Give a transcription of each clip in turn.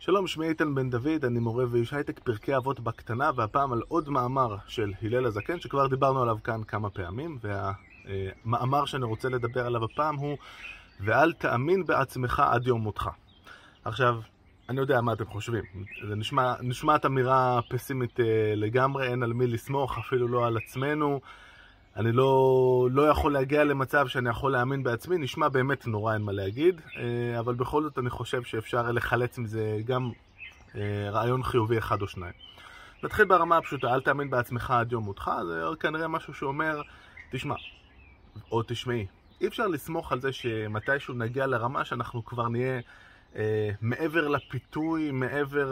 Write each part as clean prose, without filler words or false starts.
שלום, שמי איתן בן דוד, אני מורה ואיש הייטק פרקי אבות בקטנה, והפעם על עוד מאמר של הלל הזקן שכבר דיברנו עליו כאן כמה פעמים, והמאמר שאני רוצה לדבר עליו הפעם הוא ואל תאמין בעצמך עד יום מותך. עכשיו, אני יודע מה אתם חושבים, זה נשמעת אמירה פסימית לגמרי, אין על מי לסמוך, אפילו לא על עצמנו. אני לא יכול להגיע למצב שאני יכול להאמין בעצמי, נשמע באמת נורא, אין מה להגיד, אבל בכל זאת אני חושב שאפשר לחלץ מזה גם רעיון חיובי אחד או שניים. נתחיל ברמה הפשוטה, אל תאמין בעצמך עד יום מותך, זה כנראה משהו שאומר, תשמע, או תשמעי, אי אפשר לסמוך על זה שמתישהו נגיע לרמה שאנחנו כבר נהיה מעבר לפיתוי, מעבר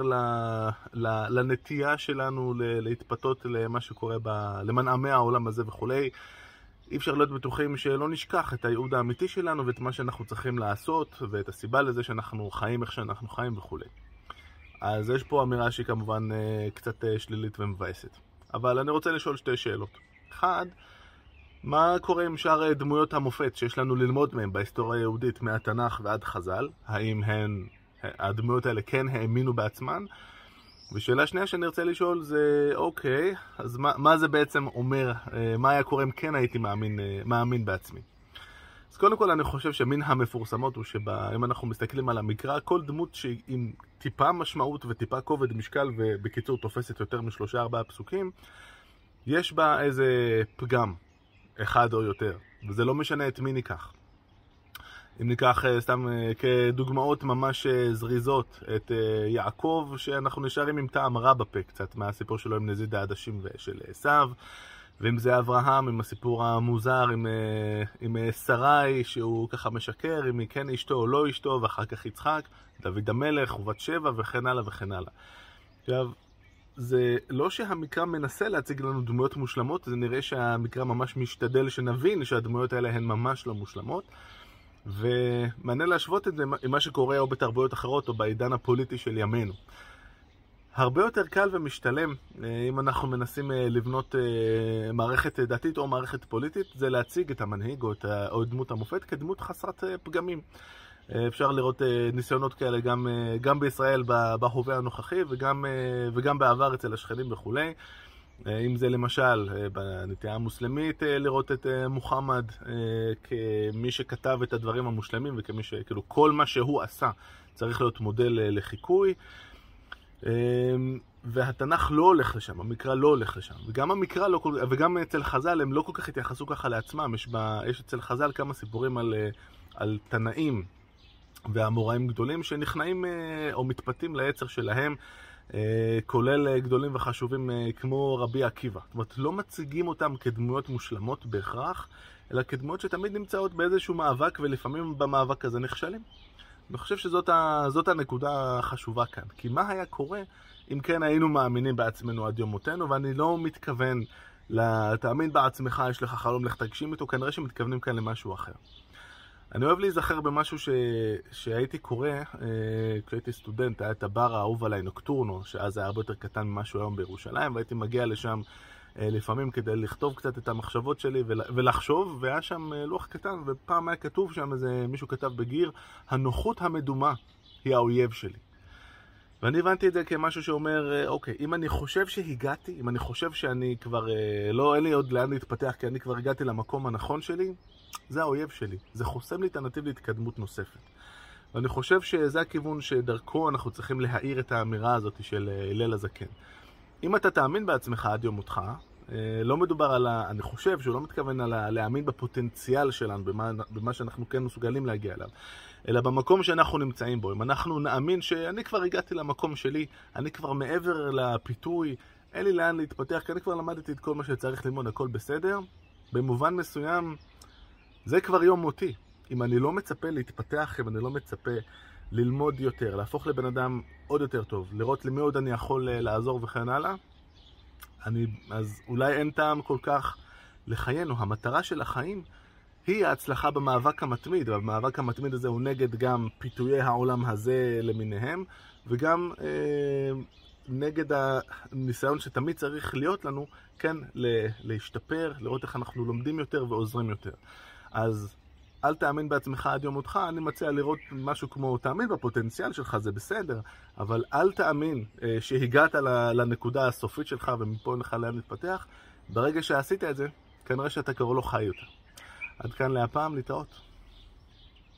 לנטייה שלנו להתפתות למה שקורה למנעמי העולם הזה וכולי. אי אפשר להיות בטוחים שלא נשכח את הייעוד האמיתי שלנו ואת מה שאנחנו צריכים לעשות ואת הסיבה לזה שאנחנו חיים איך שאנחנו חיים וכולי. אז יש פה אמירה שהיא כמובן קצת שלילית ומבאסת. אבל אני רוצה לשאול שתי שאלות. אחד, מה קורה עם שאר דמויות המופת שיש לנו ללמוד מהם בהיסטוריה היהודית מהתנ"ך ועד חז"ל? האם הדמויות האלה כן האמינו בעצמן? ושאלה שנייה שאני רוצה לשאול זה, אוקיי, אז מה זה בעצם אומר, מה היה קורה אם כן הייתי מאמין בעצמי? אז קודם כל אני חושב שמן המפורסמות הוא שאם אנחנו מסתכלים על המקרא, כל דמות שעם טיפה משמעות וטיפה כובד משקל ובקיצור תופסת יותר מ3-4 פסוקים, יש בה איזה פגם. אחד או יותר, וזה לא משנה את מי ניקח. אם ניקח סתם כדוגמאות ממש זריזות את יעקב, שאנחנו נשארים עם טעם רע בפה קצת מהסיפור שלו עם נזיד העדשים של עשיו, ואם זה אברהם עם הסיפור המוזר עם שרי שהוא ככה משקר, אם היא כן אשתו או לא אשתו, ואחר כך יצחק, דוד המלך ובת שבע וכן הלאה וכן הלאה. עכשיו, זה לא שהמקרא מנסה להציג לנו דמויות מושלמות, זה נראה שהמקרא ממש משתדל שנבין שהדמויות האלה הן ממש לא מושלמות, ומעניין להשוות את זה עם מה שקורה או בתרבויות אחרות או בעידן הפוליטי של ימינו. הרבה יותר קל ומשתלם, אם אנחנו מנסים לבנות מערכת דתית או מערכת פוליטית, זה להציג את המנהיג או את דמות המופת כדמות חסרת פגמים. אפשר לראות ניסיונות כאלה גם בישראל בהווה הנוכחי וגם בעבר אצל השכנים וכולי. אם זה למשל בנטייה המוסלמית לראות את מוחמד כמי שכתב את הדברים המושלמים וכמי שכאילו כל מה שהוא עשה צריך להיות מודל לחיקוי. והתנ"ך לא הולך לשם, המקרא לא הולך לשם. וגם אצל חז"ל הם לא כל כך התייחסו ככה לעצמם. יש אצל חז"ל כמה סיפורים על תנאים והמוראים גדולים שנכנעים או מתפתים ליצר שלהם, כולל גדולים וחשובים כמו רבי עקיבא. זאת אומרת, לא מציגים אותם כדמויות מושלמות בהכרח, אלא כדמויות שתמיד נמצאות באיזשהו מאבק, ולפעמים במאבק הזה נכשלים. אני חושב שזאת הנקודה החשובה כאן. כי מה היה קורה אם כן היינו מאמינים בעצמנו עד יום מותנו, ואני לא מתכוון תאמין בעצמך, יש לך חלום, לך תגשים איתו, כנראה שמתכוונים כאן למשהו אחר. אני אוהב להיזכר במשהו שהייתי קורא כשהייתי סטודנט, היה את הבר האהוב עליי, נוקטורנו, שאז היה הרבה יותר קטן ממשהו היום בירושלים, והייתי מגיע לשם לפעמים כדי לכתוב קצת את המחשבות שלי ולחשוב, והיה שם לוח קטן, ופעם היה כתוב שם מישהו כתב בגיר, הנוחות המדומה היא האויב שלי. ואני הבנתי את זה כמשהו שאומר, אוקיי, אם אני חושב שהגעתי, אם אני חושב שאני כבר אין לי עוד לאן להתפתח, כי אני כבר הגעתי למקום הנכון שלי, זה האויב שלי. זה חוסם לי את הנתיב להתקדמות נוספת. ואני חושב שזה הכיוון שדרכו אנחנו צריכים להעיר את האמירה הזאת של הלל הזקן. אם אתה תאמין בעצמך עד יום מותך, לא מדובר אני חושב שהוא לא מתכוון על להאמין בפוטנציאל שלנו, במה שאנחנו כן מסוגלים להגיע אליו, אלא במקום שאנחנו נמצאים בו. אם אנחנו נאמין שאני כבר הגעתי למקום שלי, אני כבר מעבר לפיתוי, אין לי לאן להתפתח, כי אני כבר למדתי את כל מה שצריך ללמוד, הכל בסדר, במובן מסוים, זה כבר יום מותי. אם אני לא מצפה להתפתח, אם אני לא מצפה ללמוד יותר, להפוך לבן אדם עוד יותר טוב, לראות למי עוד אני יכול לעזור וכן הלאה, אז אולי אין טעם כל כך לחיינו. המטרה של החיים היא ההצלחה במאבק המתמיד, והמאבק המתמיד הזה הוא נגד גם פיתויי העולם הזה למיניהם, וגם נגד הניסיון שתמיד צריך להיות לנו, כן, להשתפר, לראות איך אנחנו לומדים יותר ועוזרים יותר. אז אל תאמין בעצמך עד יום מותך, אני מציע לראות משהו כמו תאמין בפוטנציאל שלך, זה בסדר, אבל אל תאמין שהגעת לנקודה הסופית שלך ומפה אין לך לאן להתפתח. ברגע שעשית את זה, כנראה שאתה כבר לא חי יותר. עד כאן להפעם, להתראות.